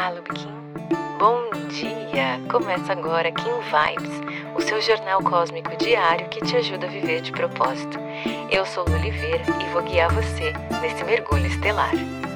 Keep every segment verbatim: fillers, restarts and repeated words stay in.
Olá, Lubikin! Bom dia! Começa agora Kim Vibes, o seu jornal cósmico diário que te ajuda a viver de propósito. Eu sou Lu Oliveira e vou guiar você nesse mergulho estelar.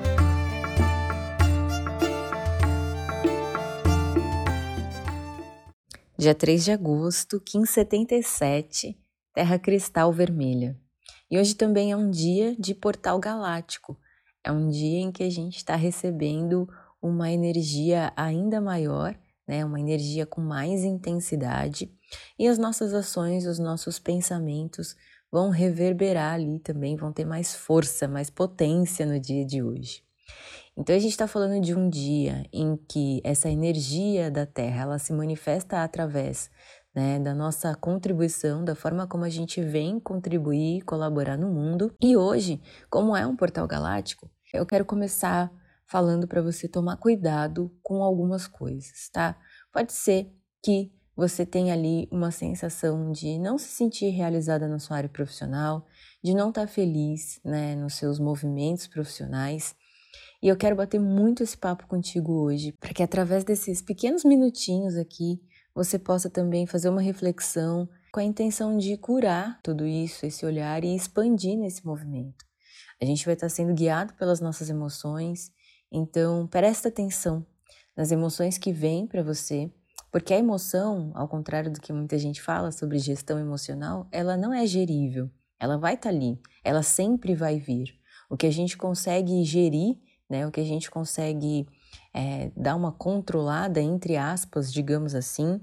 Dia três de agosto, Kim setenta e sete, Terra Cristal Vermelha. E hoje também é um dia de portal galáctico. É um dia em que a gente está recebendo uma energia ainda maior, né? Uma energia com mais intensidade. E as nossas ações, os nossos pensamentos vão reverberar ali também, vão ter mais força, mais potência no dia de hoje. Então a gente está falando de um dia em que essa energia da Terra, ela se manifesta através, né, da nossa contribuição, da forma como a gente vem contribuir e colaborar no mundo. E hoje, como é um portal galáctico, eu quero começar falando para você tomar cuidado com algumas coisas, tá? Pode ser que você tenha ali uma sensação de não se sentir realizada na sua área profissional, de não estar feliz, né, nos seus movimentos profissionais. E eu quero bater muito esse papo contigo hoje, para que através desses pequenos minutinhos aqui, você possa também fazer uma reflexão com a intenção de curar tudo isso, esse olhar e expandir nesse movimento. A gente vai estar sendo guiado pelas nossas emoções, então presta atenção nas emoções que vêm para você, porque a emoção, ao contrário do que muita gente fala sobre gestão emocional, ela não é gerível, ela vai estar ali, ela sempre vai vir. O que a gente consegue gerir, né, o que a gente consegue é, dar uma controlada, entre aspas, digamos assim,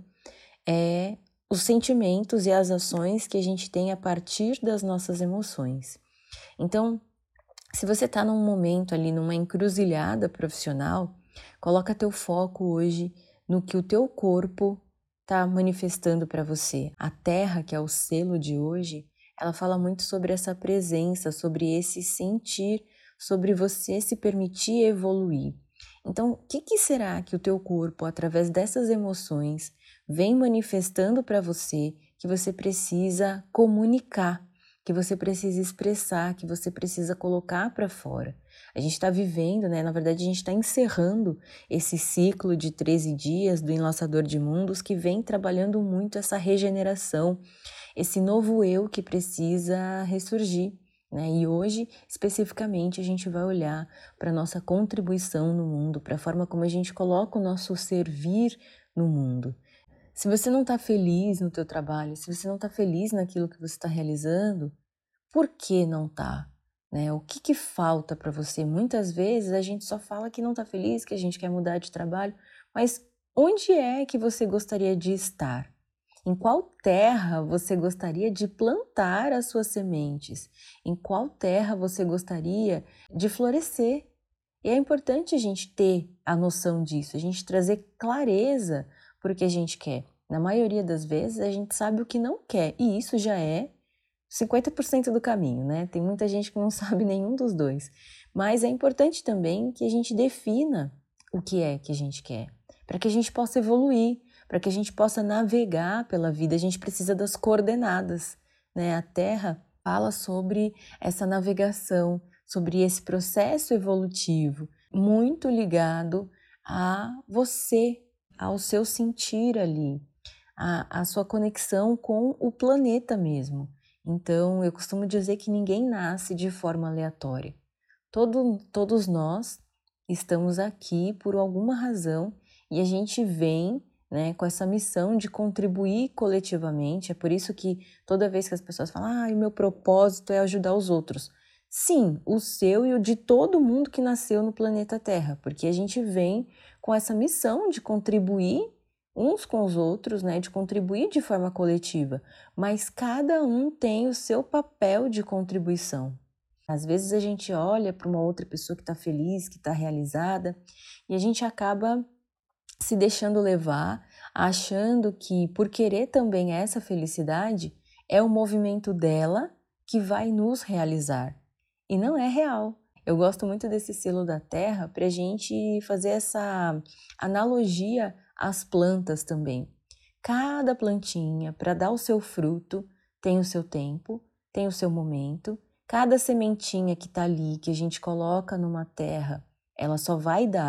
é os sentimentos e as ações que a gente tem a partir das nossas emoções. Então, se você está num momento ali, numa encruzilhada profissional, coloca teu foco hoje no que o teu corpo está manifestando para você. A Terra, que é o selo de hoje, ela fala muito sobre essa presença, sobre esse sentir, sobre você se permitir evoluir. Então, o que, que será que o teu corpo, através dessas emoções, vem manifestando para você que você precisa comunicar, que você precisa expressar, que você precisa colocar para fora? A gente está vivendo, né? Na verdade, a gente está encerrando esse ciclo de treze dias do Enlaçador de Mundos, que vem trabalhando muito essa regeneração, esse novo eu que precisa ressurgir. Né? E hoje, especificamente, a gente vai olhar para a nossa contribuição no mundo, para a forma como a gente coloca o nosso servir no mundo. Se você não está feliz no teu trabalho, se você não está feliz naquilo que você está realizando, por que não está? Né? O que, que falta para você? Muitas vezes a gente só fala que não está feliz, que a gente quer mudar de trabalho, mas onde é que você gostaria de estar? Em qual terra você gostaria de plantar as suas sementes? Em qual terra você gostaria de florescer? E é importante a gente ter a noção disso, a gente trazer clareza para o que a gente quer. Na maioria das vezes a gente sabe o que não quer e isso já é cinquenta por cento do caminho, né? Tem muita gente que não sabe nenhum dos dois. Mas é importante também que a gente defina o que é que a gente quer, para que a gente possa evoluir, para que a gente possa navegar pela vida. A gente precisa das coordenadas, né? A Terra fala sobre essa navegação, sobre esse processo evolutivo, muito ligado a você, ao seu sentir ali, a, a sua conexão com o planeta mesmo. Então, eu costumo dizer que ninguém nasce de forma aleatória. Todo, todos nós estamos aqui por alguma razão e a gente vem, né, com essa missão de contribuir coletivamente. É por isso que toda vez que as pessoas falam, ah, o meu propósito é ajudar os outros. Sim, o seu e o de todo mundo que nasceu no planeta Terra, porque a gente vem com essa missão de contribuir uns com os outros, né, de contribuir de forma coletiva, mas cada um tem o seu papel de contribuição. Às vezes a gente olha para uma outra pessoa que está feliz, que está realizada, e a gente acaba se deixando levar, achando que por querer também essa felicidade, é o movimento dela que vai nos realizar. E não é real. Eu gosto muito desse selo da Terra para a gente fazer essa analogia às plantas também. Cada plantinha, para dar o seu fruto, tem o seu tempo, tem o seu momento. Cada sementinha que está ali, que a gente coloca numa terra, ela só vai dar,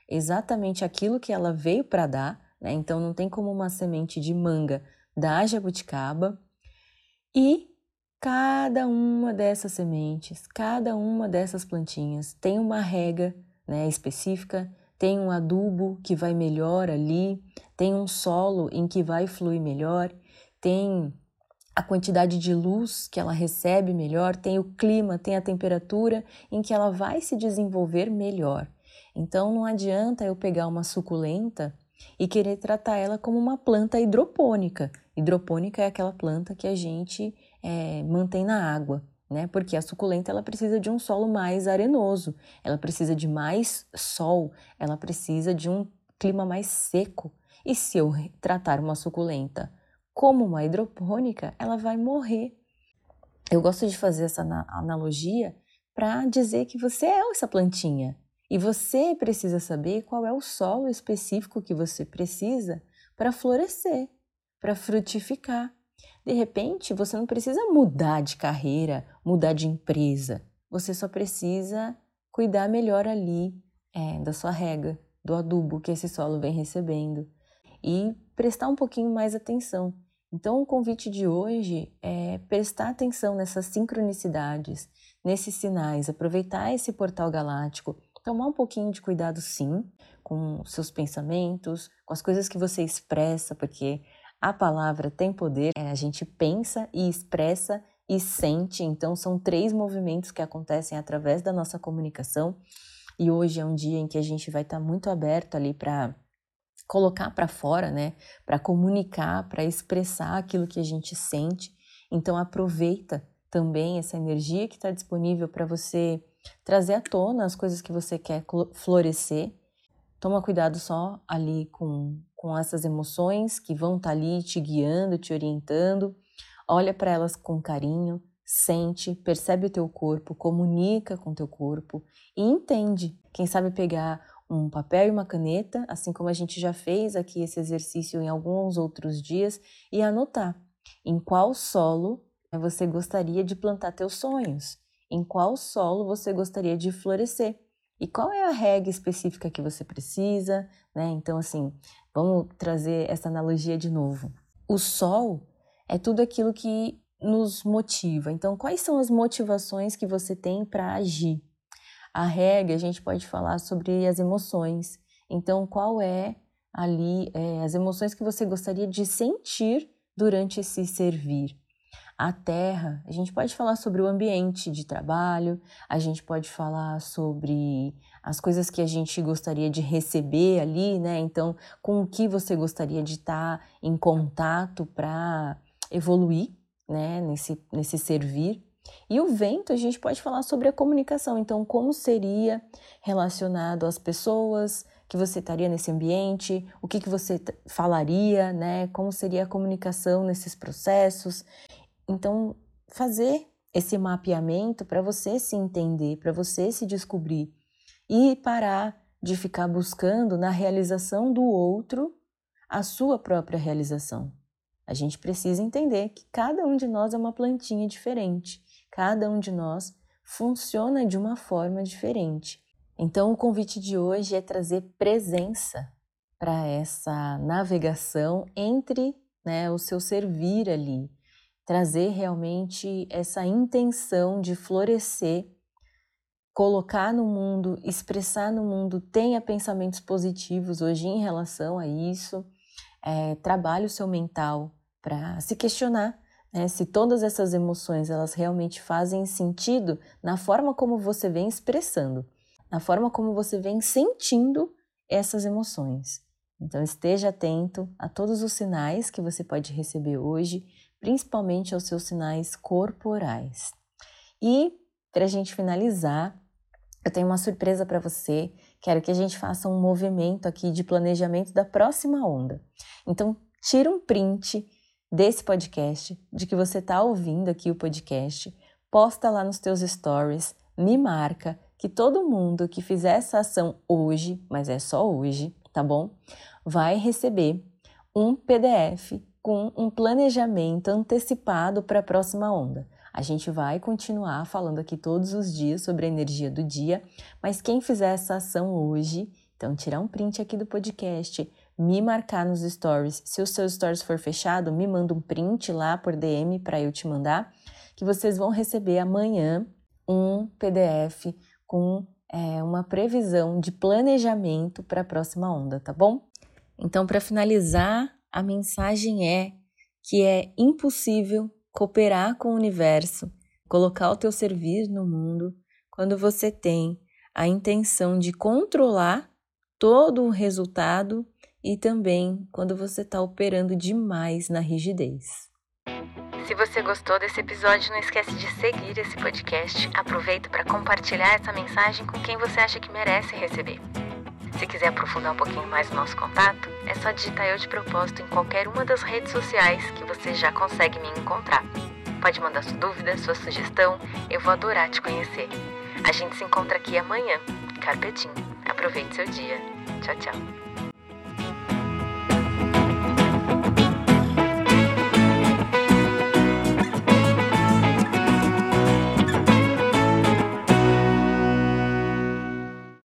exatamente aquilo que ela veio para dar, né? Então não tem como uma semente de manga dar jabuticaba. E cada uma dessas sementes, cada uma dessas plantinhas tem uma rega, né, específica, tem um adubo que vai melhor ali, tem um solo em que vai fluir melhor, tem a quantidade de luz que ela recebe melhor, tem o clima, tem a temperatura em que ela vai se desenvolver melhor. Então não adianta eu pegar uma suculenta e querer tratar ela como uma planta hidropônica. Hidropônica é aquela planta que a gente é, mantém na água, né? Porque a suculenta ela precisa de um solo mais arenoso, ela precisa de mais sol, ela precisa de um clima mais seco. E se eu tratar uma suculenta como uma hidropônica, ela vai morrer. Eu gosto de fazer essa analogia para dizer que você é essa plantinha e você precisa saber qual é o solo específico que você precisa para florescer, para frutificar. De repente, você não precisa mudar de carreira, mudar de empresa. Você só precisa cuidar melhor ali é, da sua rega, do adubo que esse solo vem recebendo e prestar um pouquinho mais atenção. Então, o convite de hoje é prestar atenção nessas sincronicidades, nesses sinais, aproveitar esse portal galáctico, tomar um pouquinho de cuidado, sim, com seus pensamentos, com as coisas que você expressa, porque a palavra tem poder, é, a gente pensa e expressa e sente, então são três movimentos que acontecem através da nossa comunicação, e hoje é um dia em que a gente vai estar muito aberto ali para colocar para fora, né, para comunicar, para expressar aquilo que a gente sente. Então aproveita também essa energia que está disponível para você trazer à tona as coisas que você quer florescer. Toma cuidado só ali com, com essas emoções que vão estar tá ali te guiando, te orientando. Olha para elas com carinho, sente, percebe o teu corpo, comunica com o teu corpo e entende. Quem sabe pegar um papel e uma caneta, assim como a gente já fez aqui esse exercício em alguns outros dias, e anotar em qual solo você gostaria de plantar teus sonhos, em qual solo você gostaria de florescer e qual é a rega específica que você precisa, né? Então, assim, vamos trazer essa analogia de novo. O sol é tudo aquilo que nos motiva. Então, quais são as motivações que você tem para agir? A rega, a gente pode falar sobre as emoções. Então, qual é ali é, as emoções que você gostaria de sentir durante esse servir? A terra, a gente pode falar sobre o ambiente de trabalho, a gente pode falar sobre as coisas que a gente gostaria de receber ali, né? Então, com o que você gostaria de estar em contato para evoluir, né? Nesse, nesse servir. E o vento, a gente pode falar sobre a comunicação. Então, como seria relacionado às pessoas que você estaria nesse ambiente, o que, que você falaria, né? Como seria a comunicação nesses processos. Então, fazer esse mapeamento para você se entender, para você se descobrir e parar de ficar buscando na realização do outro a sua própria realização. A gente precisa entender que cada um de nós é uma plantinha diferente, cada um de nós funciona de uma forma diferente. Então, o convite de hoje é trazer presença para essa navegação entre, né, o seu servir ali, trazer realmente essa intenção de florescer, colocar no mundo, expressar no mundo, tenha pensamentos positivos hoje em relação a isso, é, trabalhe o seu mental para se questionar, né, se todas essas emoções elas realmente fazem sentido na forma como você vem expressando, na forma como você vem sentindo essas emoções. Então esteja atento a todos os sinais que você pode receber hoje, principalmente aos seus sinais corporais. E, para a gente finalizar, eu tenho uma surpresa para você. Quero que a gente faça um movimento aqui de planejamento da próxima onda. Então, tira um print desse podcast, de que você está ouvindo aqui o podcast, posta lá nos teus stories, me marca, que todo mundo que fizer essa ação hoje, mas é só hoje, tá bom? Vai receber um P D F com um planejamento antecipado para a próxima onda. A gente vai continuar falando aqui todos os dias sobre a energia do dia, mas quem fizer essa ação hoje Então, tirar um print aqui do podcast, me marcar nos stories. Se o seu stories for fechado, me manda um print lá por D M para eu te mandar, que vocês vão receber amanhã um P D F com é, uma previsão de planejamento para a próxima onda, tá bom? Então, para finalizar, a mensagem é que é impossível cooperar com o universo, colocar o teu servir no mundo, quando você tem a intenção de controlar todo o resultado e também quando você está operando demais na rigidez. Se você gostou desse episódio, não esquece de seguir esse podcast. Aproveita para compartilhar essa mensagem com quem você acha que merece receber. Se quiser aprofundar um pouquinho mais o nosso contato, é só digitar Eu de Propósito em qualquer uma das redes sociais que você já consegue me encontrar. Pode mandar sua dúvida, sua sugestão, eu vou adorar te conhecer. A gente se encontra aqui amanhã. Carpe diem. Aproveite seu dia. Tchau, tchau.